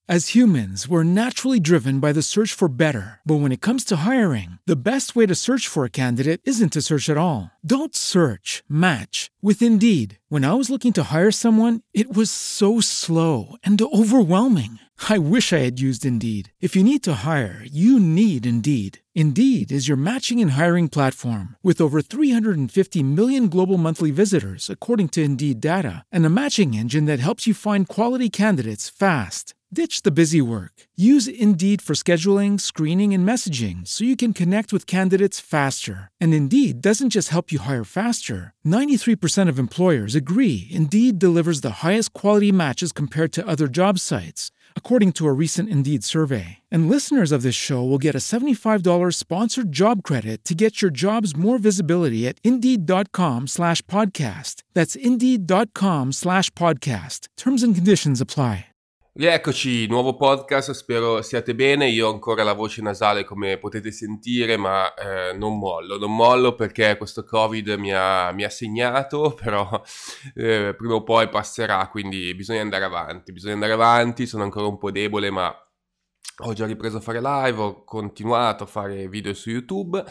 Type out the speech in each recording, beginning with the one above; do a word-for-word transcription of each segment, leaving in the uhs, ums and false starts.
As humans, we're naturally driven by the search for better. But when it comes to hiring, the best way to search for a candidate isn't to search at all. Don't search, match with Indeed. When I was looking to hire someone, it was so slow and overwhelming. I wish I had used Indeed. If you need to hire, you need Indeed. Indeed is your matching and hiring platform with over three hundred fifty million global monthly visitors, according to Indeed data, and a matching engine that helps you find quality candidates fast. Ditch the busy work. Use Indeed for scheduling, screening, and messaging so you can connect with candidates faster. And Indeed doesn't just help you hire faster. ninety-three percent of employers agree Indeed delivers the highest quality matches compared to other job sites, according to a recent Indeed survey. And listeners of this show will get a seventy-five dollars sponsored job credit to get your jobs more visibility at Indeed.com slash podcast. That's Indeed.com slash podcast. Terms and conditions apply. Rieccoci, nuovo podcast, spero siate bene. Io ho ancora la voce nasale come potete sentire, ma eh, non mollo, non mollo perché questo Covid mi ha, mi ha segnato, però eh, prima o poi passerà, quindi bisogna andare avanti, bisogna andare avanti, sono ancora un po' debole, ma ho già ripreso a fare live, ho continuato a fare video su YouTube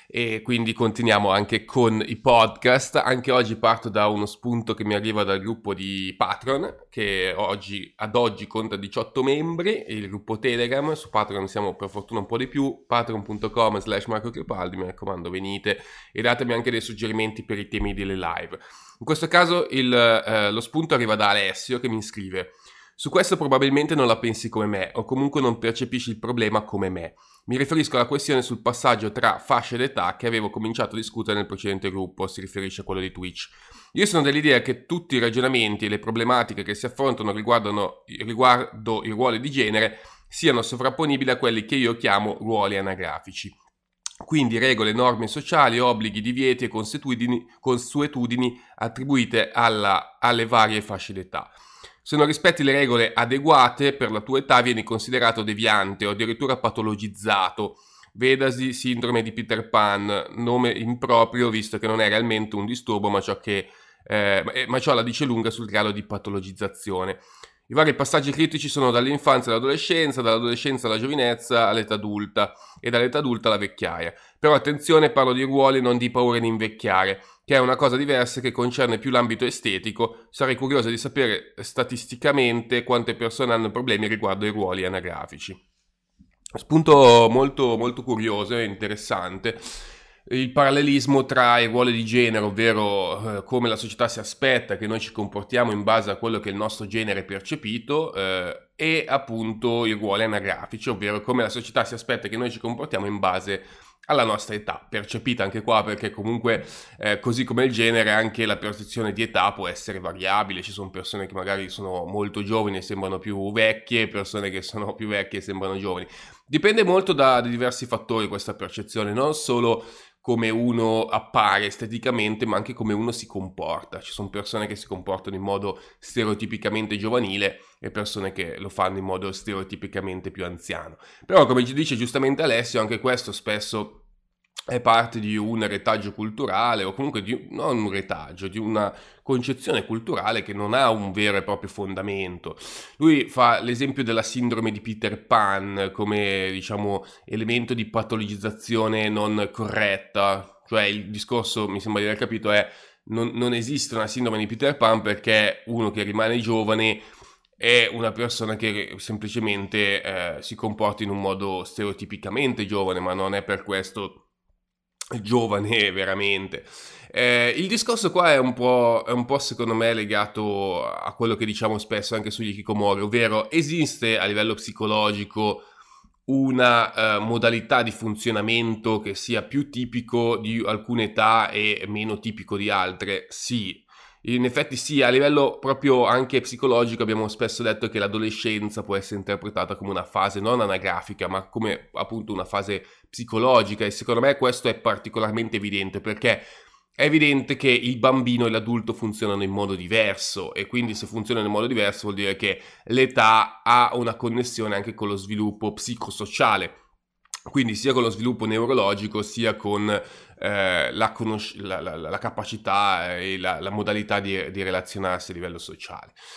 e quindi continuiamo anche con i podcast. Anche oggi parto da uno spunto che mi arriva dal gruppo di Patreon, che oggi ad oggi conta diciotto membri, il gruppo Telegram. Su Patreon siamo per fortuna un po' di più, patreon.com slash Marco Crepaldi, mi raccomando venite e datemi anche dei suggerimenti per i temi delle live. In questo caso il, eh, lo spunto arriva da Alessio che mi scrive: su questo probabilmente non la pensi come me, o comunque non percepisci il problema come me. Mi riferisco alla questione sul passaggio tra fasce d'età che avevo cominciato a discutere nel precedente gruppo, si riferisce a quello di Twitch. Io sono dell'idea che tutti i ragionamenti e le problematiche che si affrontano riguardano, riguardo i ruoli di genere siano sovrapponibili a quelli che io chiamo ruoli anagrafici. Quindi regole, norme sociali, obblighi, divieti e consuetudini, consuetudini attribuite alla, alle varie fasce d'età. Se non rispetti le regole adeguate per la tua età vieni considerato deviante o addirittura patologizzato. Vedasi sindrome di Peter Pan, nome improprio visto che non è realmente un disturbo ma ciò, che, eh, ma ciò la dice lunga sul grado di patologizzazione. I vari passaggi critici sono dall'infanzia all'adolescenza, dall'adolescenza alla giovinezza all'età adulta e dall'età adulta alla vecchiaia. Però attenzione, parlo di ruoli e non di paura di invecchiare, che è una cosa diversa che concerne più l'ambito estetico. Sarei curiosa di sapere statisticamente quante persone hanno problemi riguardo ai ruoli anagrafici. Spunto molto, molto curioso e interessante. Il parallelismo tra i ruoli di genere, ovvero eh, come la società si aspetta che noi ci comportiamo in base a quello che il nostro genere è percepito, eh, e appunto i ruoli anagrafici, ovvero come la società si aspetta che noi ci comportiamo in base alla nostra età, percepita anche qua perché comunque eh, così come il genere anche la percezione di età può essere variabile. Ci sono persone che magari sono molto giovani e sembrano più vecchie, persone che sono più vecchie e sembrano giovani. Dipende molto da, da diversi fattori questa percezione, non solo come uno appare esteticamente, ma anche come uno si comporta. Ci sono persone che si comportano in modo stereotipicamente giovanile e persone che lo fanno in modo stereotipicamente più anziano. Però, come ci dice giustamente Alessio, anche questo spesso è parte di un retaggio culturale, o comunque di non un retaggio, di una concezione culturale che non ha un vero e proprio fondamento. Lui fa l'esempio della sindrome di Peter Pan come, diciamo, elemento di patologizzazione non corretta. Cioè il discorso, mi sembra di aver capito, è non, non esiste una sindrome di Peter Pan perché uno che rimane giovane è una persona che semplicemente eh, si comporta in un modo stereotipicamente giovane, ma non è per questo giovane veramente. Eh, il discorso qua è un po', è un po' secondo me legato a quello che diciamo spesso anche sugli hikikomori, ovvero esiste a livello psicologico una uh, modalità di funzionamento che sia più tipico di alcune età e meno tipico di altre? Sì. In effetti sì, a livello proprio anche psicologico abbiamo spesso detto che l'adolescenza può essere interpretata come una fase non anagrafica, ma come appunto una fase psicologica, e secondo me questo è particolarmente evidente perché è evidente che il bambino e l'adulto funzionano in modo diverso, e quindi se funzionano in modo diverso vuol dire che l'età ha una connessione anche con lo sviluppo psicosociale. Quindi sia con lo sviluppo neurologico sia con eh, la, conosc- la, la, la capacità e la, la modalità di, di relazionarsi a livello sociale.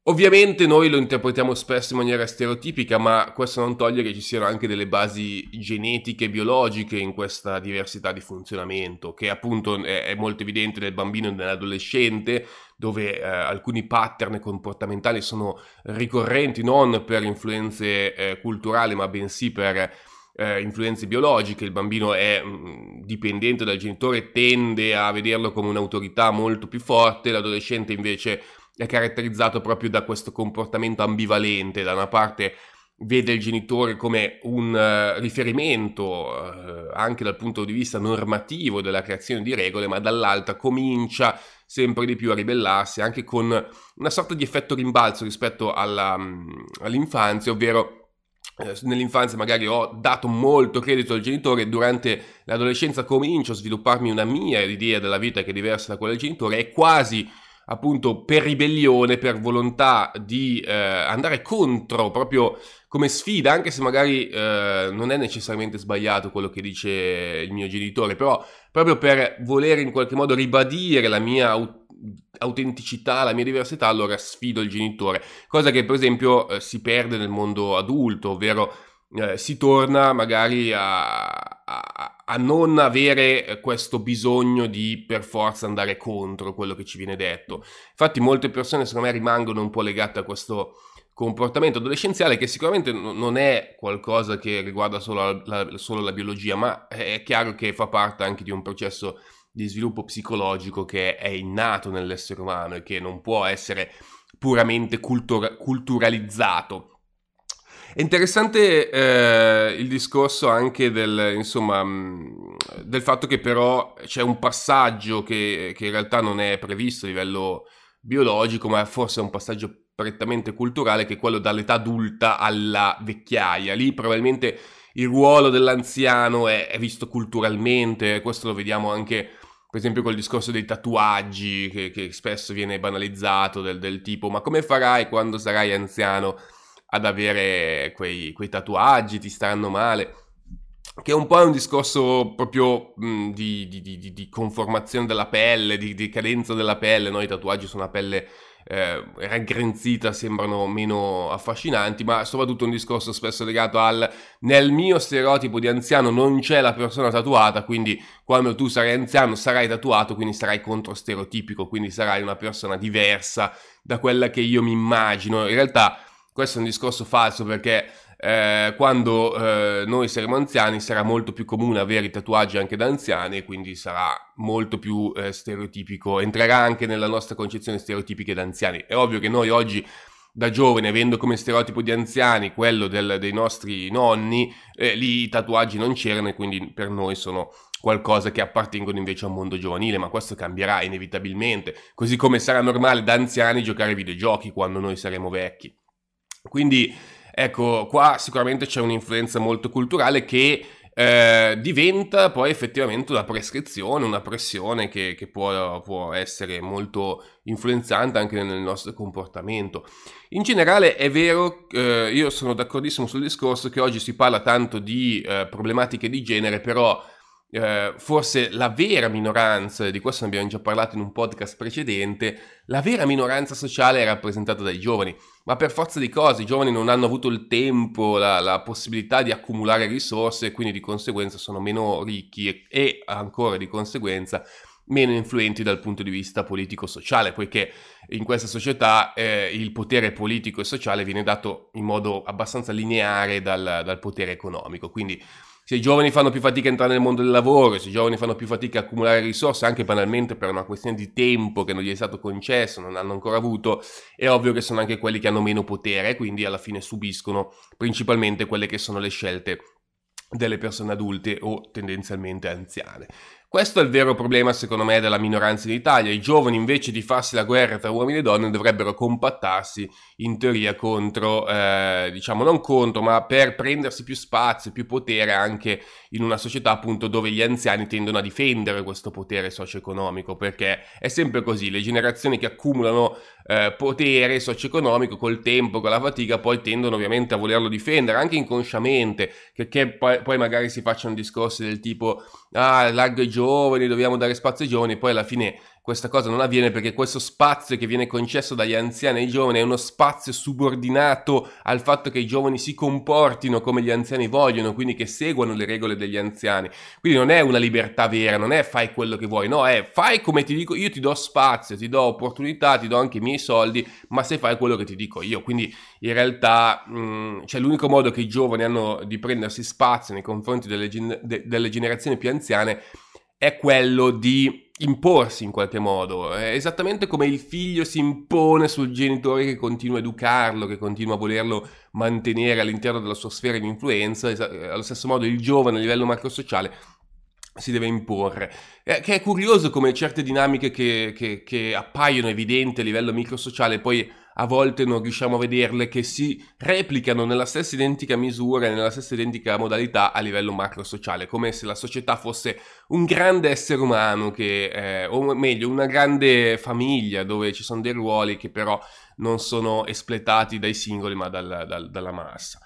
Ovviamente noi lo interpretiamo spesso in maniera stereotipica, ma questo non toglie che ci siano anche delle basi genetiche e biologiche in questa diversità di funzionamento, che appunto è, è molto evidente nel bambino e nell'adolescente, dove eh, alcuni pattern comportamentali sono ricorrenti non per influenze eh, culturali, ma bensì per eh, influenze biologiche. Il bambino è mh, dipendente dal genitore, tende a vederlo come un'autorità molto più forte, l'adolescente invece è caratterizzato proprio da questo comportamento ambivalente. Da una parte vede il genitore come un uh, riferimento uh, anche dal punto di vista normativo della creazione di regole, ma dall'altra comincia sempre di più a ribellarsi, anche con una sorta di effetto rimbalzo rispetto alla, um, all'infanzia, ovvero eh, nell'infanzia magari ho dato molto credito al genitore, durante l'adolescenza comincio a svilupparmi una mia idea della vita che è diversa da quella del genitore, e quasi appunto per ribellione, per volontà di eh, andare contro, proprio come sfida, anche se magari eh, non è necessariamente sbagliato quello che dice il mio genitore, però proprio per voler in qualche modo ribadire la mia aut- autenticità, la mia diversità, allora sfido il genitore, cosa che per esempio eh, si perde nel mondo adulto, ovvero eh, si torna magari a, a a non avere questo bisogno di per forza andare contro quello che ci viene detto. Infatti molte persone secondo me rimangono un po' legate a questo comportamento adolescenziale, che sicuramente non è qualcosa che riguarda solo la, la, solo la biologia, ma è chiaro che fa parte anche di un processo di sviluppo psicologico che è innato nell'essere umano e che non può essere puramente cultura- culturalizzato. È interessante eh, il discorso anche del, insomma, del fatto che però c'è un passaggio che, che in realtà non è previsto a livello biologico, ma forse è un passaggio prettamente culturale, che è quello dall'età adulta alla vecchiaia. Lì probabilmente il ruolo dell'anziano è, è visto culturalmente, questo lo vediamo anche per esempio col discorso dei tatuaggi, che, che spesso viene banalizzato, del, del tipo ma come farai quando sarai anziano ad avere quei, quei tatuaggi, ti staranno male, che un po' è un discorso proprio mh, di, di, di, di conformazione della pelle, di, di cadenza della pelle, no? I tatuaggi su una pelle eh, raggrinzita sembrano meno affascinanti, ma soprattutto un discorso spesso legato al nel mio stereotipo di anziano non c'è la persona tatuata, quindi quando tu sarai anziano sarai tatuato, quindi sarai controstereotipico, quindi sarai una persona diversa da quella che io mi immagino. In realtà questo è un discorso falso, perché eh, quando eh, noi saremo anziani sarà molto più comune avere i tatuaggi anche da anziani, e quindi sarà molto più eh, stereotipico, entrerà anche nella nostra concezione stereotipiche da anziani. È ovvio che noi oggi da giovani, avendo come stereotipo di anziani quello del, dei nostri nonni, eh, lì i tatuaggi non c'erano e quindi per noi sono qualcosa che appartengono invece a un mondo giovanile, ma questo cambierà inevitabilmente, così come sarà normale da anziani giocare ai videogiochi quando noi saremo vecchi. Quindi ecco, qua sicuramente c'è un'influenza molto culturale che eh, diventa poi effettivamente una prescrizione, una pressione che, che può, può essere molto influenzante anche nel nostro comportamento. In generale è vero, eh, io sono d'accordissimo sul discorso che oggi si parla tanto di eh, problematiche di genere, però eh, forse la vera minoranza, di questo ne abbiamo già parlato in un podcast precedente, la vera minoranza sociale è rappresentata dai giovani, ma per forza di cose i giovani non hanno avuto il tempo, la, la possibilità di accumulare risorse, e quindi di conseguenza sono meno ricchi e, e ancora di conseguenza meno influenti dal punto di vista politico-sociale, poiché in questa società eh, il potere politico e sociale viene dato in modo abbastanza lineare dal, dal potere economico. Quindi se i giovani fanno più fatica a entrare nel mondo del lavoro, se i giovani fanno più fatica a accumulare risorse, anche banalmente per una questione di tempo che non gli è stato concesso, non hanno ancora avuto, è ovvio che sono anche quelli che hanno meno potere, quindi alla fine subiscono principalmente quelle che sono le scelte delle persone adulte o tendenzialmente anziane. Questo è il vero problema, secondo me, della minoranza in Italia. I giovani, invece di farsi la guerra tra uomini e donne, dovrebbero compattarsi in teoria contro, eh, diciamo non contro, ma per prendersi più spazio, più potere anche in una società appunto dove gli anziani tendono a difendere questo potere socio-economico, perché è sempre così, le generazioni che accumulano eh, potere socio-economico col tempo, con la fatica, poi tendono ovviamente a volerlo difendere, anche inconsciamente, che, che poi, poi magari si facciano discorsi del tipo ah, largo ai giovani, dobbiamo dare spazio ai giovani, poi alla fine questa cosa non avviene, perché questo spazio che viene concesso dagli anziani ai giovani è uno spazio subordinato al fatto che i giovani si comportino come gli anziani vogliono, quindi che seguano le regole degli anziani. Quindi non è una libertà vera, non è fai quello che vuoi, no, è fai come ti dico, io ti do spazio, ti do opportunità, ti do anche i miei soldi, ma se fai quello che ti dico io. Quindi in realtà mh, cioè l'unico modo che i giovani hanno di prendersi spazio nei confronti delle, gen- de- delle generazioni più anziane è quello di imporsi in qualche modo, è esattamente come il figlio si impone sul genitore che continua a educarlo, che continua a volerlo mantenere all'interno della sua sfera di influenza. Allo stesso modo il giovane a livello macrosociale si deve imporre, eh, che è curioso come certe dinamiche che, che, che appaiono evidenti a livello microsociale poi a volte non riusciamo a vederle, che si replicano nella stessa identica misura e nella stessa identica modalità a livello macrosociale, come se la società fosse un grande essere umano che, eh, o meglio una grande famiglia dove ci sono dei ruoli che però non sono espletati dai singoli ma dal, dal, dalla massa.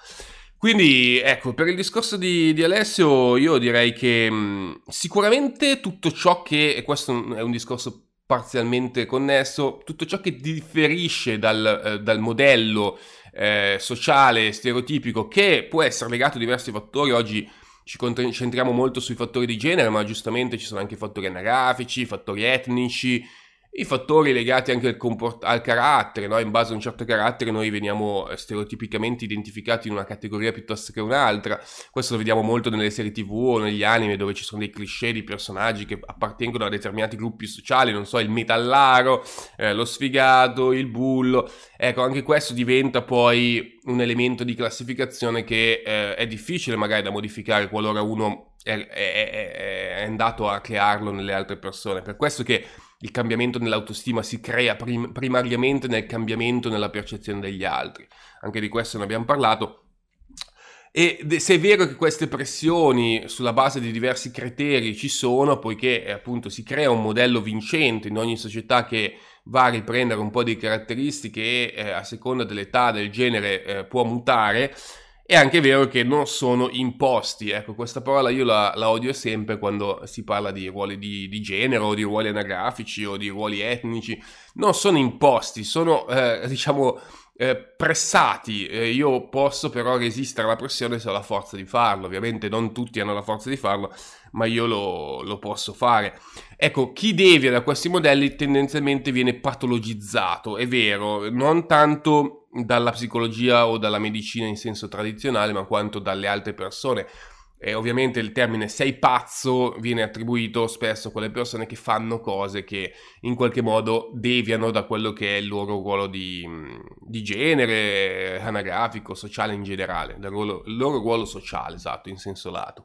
Quindi ecco, per il discorso di, di Alessio io direi che mh, sicuramente tutto ciò che, e questo è un discorso parzialmente connesso, tutto ciò che differisce dal, eh, dal modello eh, sociale stereotipico, che può essere legato a diversi fattori. Oggi ci concentriamo molto sui fattori di genere, ma giustamente ci sono anche fattori anagrafici, fattori etnici, i fattori legati anche al, comport- al carattere, no? In base a un certo carattere noi veniamo stereotipicamente identificati in una categoria piuttosto che un'altra. Questo lo vediamo molto nelle serie tv o negli anime, dove ci sono dei cliché di personaggi che appartengono a determinati gruppi sociali, non so, il metallaro, eh, lo sfigato, il bullo. Ecco, anche questo diventa poi un elemento di classificazione che eh, è difficile magari da modificare qualora uno è, è, è, è andato a crearlo nelle altre persone. Per questo che il cambiamento nell'autostima si crea prim- primariamente nel cambiamento nella percezione degli altri. Anche di questo ne abbiamo parlato. E se è vero che queste pressioni sulla base di diversi criteri ci sono, poiché eh, appunto si crea un modello vincente in ogni società che va a riprendere un po' di caratteristiche e eh, a seconda dell'età, del genere eh, può mutare, è anche vero che non sono imposti. Ecco, questa parola io la, la odio sempre quando si parla di ruoli di, di genere o di ruoli anagrafici o di ruoli etnici. Non sono imposti, sono eh, diciamo eh, pressati. Eh, io posso però resistere alla pressione se ho la forza di farlo. Ovviamente non tutti hanno la forza di farlo, ma io lo, lo posso fare. Ecco, chi devia da questi modelli tendenzialmente viene patologizzato, è vero, non tanto dalla psicologia o dalla medicina in senso tradizionale, ma quanto dalle altre persone. E ovviamente il termine sei pazzo viene attribuito spesso a quelle persone che fanno cose che in qualche modo deviano da quello che è il loro ruolo di, di genere, anagrafico, sociale in generale, dal ruolo, il loro ruolo sociale, esatto, in senso lato.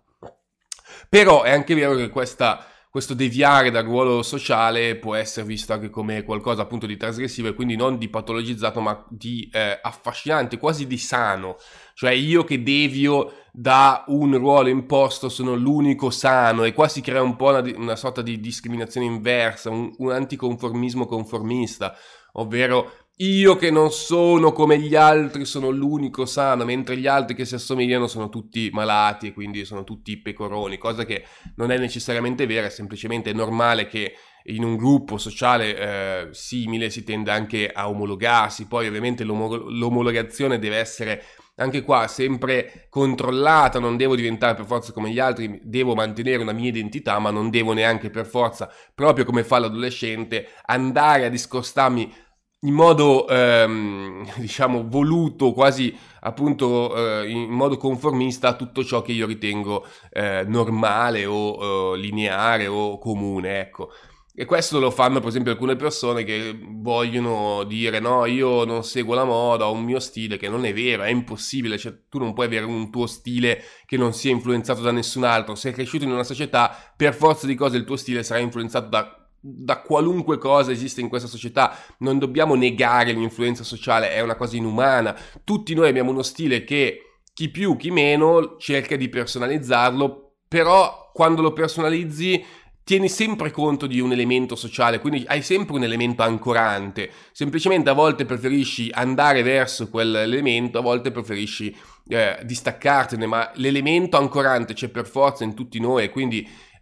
Però è anche vero che questa questo deviare dal ruolo sociale può essere visto anche come qualcosa appunto di trasgressivo e quindi non di patologizzato, ma di eh, affascinante, quasi di sano. Cioè io che devio da un ruolo imposto sono l'unico sano, e qua si crea un po' una, una sorta di discriminazione inversa, un, un anticonformismo conformista, ovvero io che non sono come gli altri sono l'unico sano, mentre gli altri che si assomigliano sono tutti malati e quindi sono tutti pecoroni, cosa che non è necessariamente vera. È semplicemente normale che in un gruppo sociale eh, simile si tenda anche a omologarsi. Poi ovviamente l'omo- l'omologazione deve essere anche qua sempre controllata, non devo diventare per forza come gli altri, devo mantenere una mia identità, ma non devo neanche per forza, proprio come fa l'adolescente, andare a discostarmi in modo ehm, diciamo voluto, quasi appunto eh, in modo conformista a tutto ciò che io ritengo eh, normale o eh, lineare o comune, ecco. E questo lo fanno per esempio alcune persone che vogliono dire no, io non seguo la moda, ho un mio stile, che non è vero, è impossibile. Cioè tu non puoi avere un tuo stile che non sia influenzato da nessun altro. Sei cresciuto in una società, per forza di cose il tuo stile sarà influenzato da da qualunque cosa esiste in questa società. Non dobbiamo negare l'influenza sociale, è una cosa inumana. Tutti noi abbiamo uno stile che chi più chi meno cerca di personalizzarlo, però quando lo personalizzi tieni sempre conto di un elemento sociale, quindi hai sempre un elemento ancorante. Semplicemente a volte preferisci andare verso quell'elemento, a volte preferisci eh, distaccartene, ma l'elemento ancorante c'è per forza in tutti noi, e quindi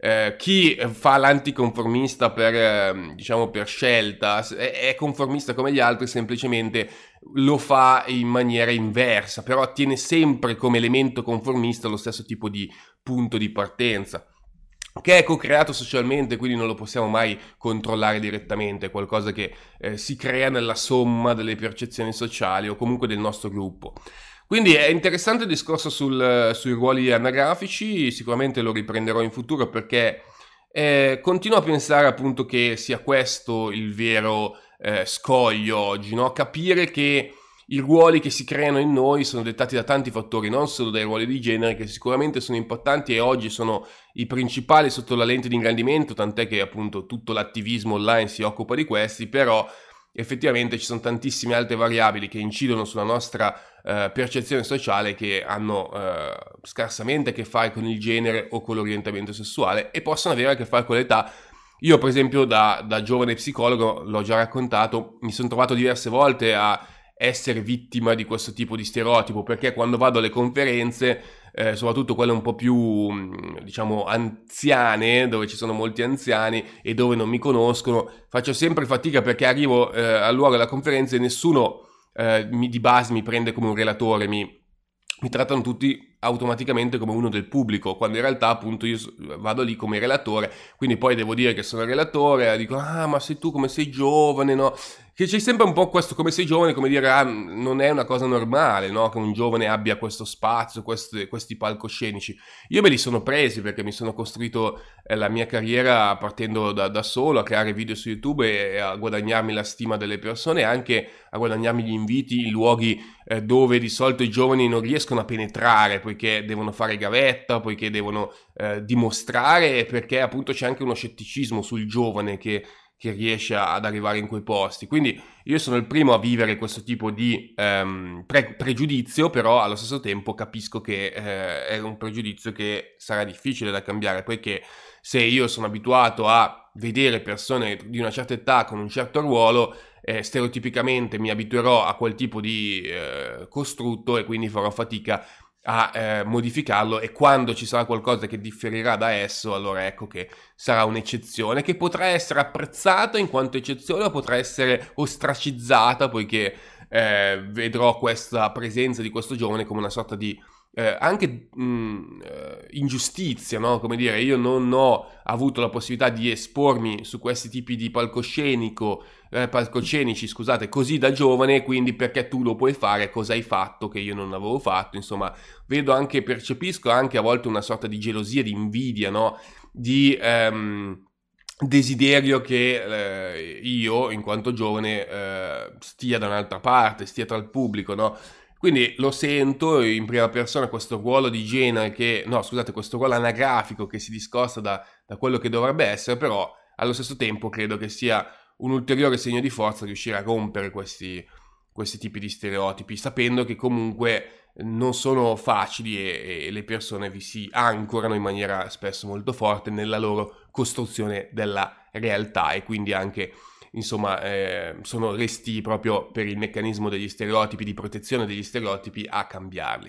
eh, chi fa l'anticonformista per, eh, diciamo, per scelta, è, è conformista come gli altri, semplicemente lo fa in maniera inversa, però tiene sempre come elemento conformista lo stesso tipo di punto di partenza, che è co-creato socialmente, quindi non lo possiamo mai controllare direttamente, è qualcosa che eh, si crea nella somma delle percezioni sociali o comunque del nostro gruppo. Quindi è interessante il discorso sul, sui ruoli anagrafici, sicuramente lo riprenderò in futuro perché eh, continuo a pensare appunto che sia questo il vero eh, scoglio oggi, no? Capire che i ruoli che si creano in noi sono dettati da tanti fattori, non solo dai ruoli di genere, che sicuramente sono importanti e oggi sono i principali sotto la lente di ingrandimento, tant'è che appunto tutto l'attivismo online si occupa di questi, però effettivamente ci sono tantissime altre variabili che incidono sulla nostra eh, percezione sociale, che hanno eh, scarsamente a che fare con il genere o con l'orientamento sessuale e possono avere a che fare con l'età. Io per esempio da, da giovane psicologo, l'ho già raccontato, mi sono trovato diverse volte a essere vittima di questo tipo di stereotipo, perché quando vado alle conferenze, eh, soprattutto quelle un po' più, diciamo, anziane, dove ci sono molti anziani e dove non mi conoscono, faccio sempre fatica perché arrivo eh, al luogo della conferenza e nessuno eh, mi, di base mi prende come un relatore, mi, mi trattano tutti automaticamente come uno del pubblico, quando in realtà appunto io vado lì come relatore, quindi poi devo dire che sono il relatore, dico ah ma sei tu come sei giovane, no? Che c'è sempre un po' questo come sei giovane, come dire ah non è una cosa normale, no? Che un giovane abbia questo spazio, questi, questi palcoscenici. Io me li sono presi perché mi sono costruito eh, la mia carriera partendo da, da solo, a creare video su YouTube e, e a guadagnarmi la stima delle persone e anche a guadagnarmi gli inviti in luoghi eh, dove di solito i giovani non riescono a penetrare, poiché devono fare gavetta, poiché devono eh, dimostrare e perché appunto c'è anche uno scetticismo sul giovane che che riesce ad arrivare in quei posti. Quindi io sono il primo a vivere questo tipo di ehm, pre- pregiudizio, però allo stesso tempo capisco che eh, è un pregiudizio che sarà difficile da cambiare, poiché se io sono abituato a vedere persone di una certa età con un certo ruolo, eh, stereotipicamente mi abituerò a quel tipo di eh, costrutto e quindi farò fatica a eh, modificarlo, e quando ci sarà qualcosa che differirà da esso, allora ecco che sarà un'eccezione che potrà essere apprezzata in quanto eccezione o potrà essere ostracizzata, poiché eh, vedrò questa presenza di questo giovane come una sorta di eh, anche mh, eh, ingiustizia, no? Come dire, io non ho avuto la possibilità di espormi su questi tipi di palcoscenico eh, palcoscenici, scusate, così da giovane, quindi perché tu lo puoi fare, cosa hai fatto che io non avevo fatto? Insomma, vedo anche, percepisco anche a volte una sorta di gelosia, di invidia, no? Di ehm, desiderio che eh, io, in quanto giovane, eh, stia da un'altra parte, stia tra il pubblico, no? Quindi lo sento in prima persona questo ruolo di genere che, no scusate, questo ruolo anagrafico che si discosta da, da quello che dovrebbe essere, però allo stesso tempo credo che sia un ulteriore segno di forza riuscire a rompere questi, questi tipi di stereotipi, sapendo che comunque non sono facili e, e le persone vi si ancorano in maniera spesso molto forte nella loro costruzione della realtà e quindi anche insomma eh, sono resti proprio per il meccanismo degli stereotipi, di protezione degli stereotipi, a cambiarli.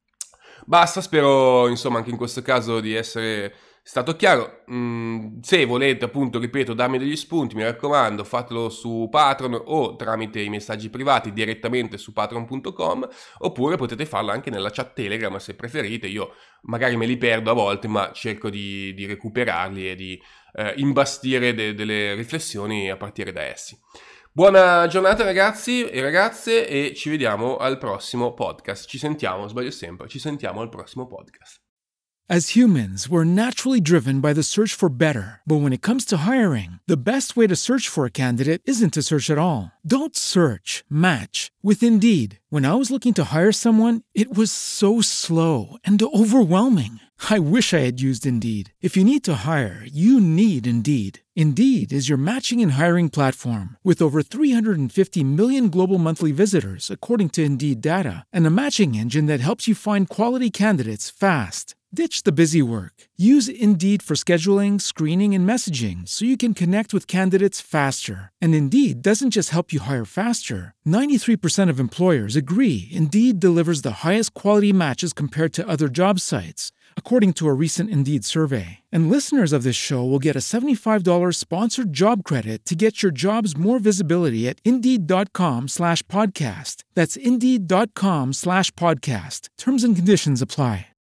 Basta, spero insomma anche in questo caso di essere stato chiaro. Mm, se volete appunto, ripeto, darmi degli spunti, mi raccomando, fatelo su Patreon o tramite i messaggi privati direttamente su patreon punto com, oppure potete farlo anche nella chat Telegram se preferite. Io magari me li perdo a volte, ma cerco di, di recuperarli e di eh, imbastire de- delle riflessioni a partire da essi. Buona giornata ragazzi e ragazze e ci vediamo al prossimo podcast. Ci sentiamo, sbaglio sempre, ci sentiamo al prossimo podcast. As humans, we're naturally driven by the search for better. But when it comes to hiring, the best way to search for a candidate isn't to search at all. Don't search, match with Indeed. When I was looking to hire someone, it was so slow and overwhelming. I wish I had used Indeed. If you need to hire, you need Indeed. Indeed is your matching and hiring platform with over three hundred fifty million global monthly visitors, according to Indeed data, and a matching engine that helps you find quality candidates fast. Ditch the busy work. Use Indeed for scheduling, screening, and messaging so you can connect with candidates faster. And Indeed doesn't just help you hire faster. ninety-three percent of employers agree Indeed delivers the highest quality matches compared to other job sites, according to a recent Indeed survey. And listeners of this show will get a seventy-five dollars sponsored job credit to get your jobs more visibility at Indeed.com slash podcast. That's Indeed.com slash podcast. Terms and conditions apply.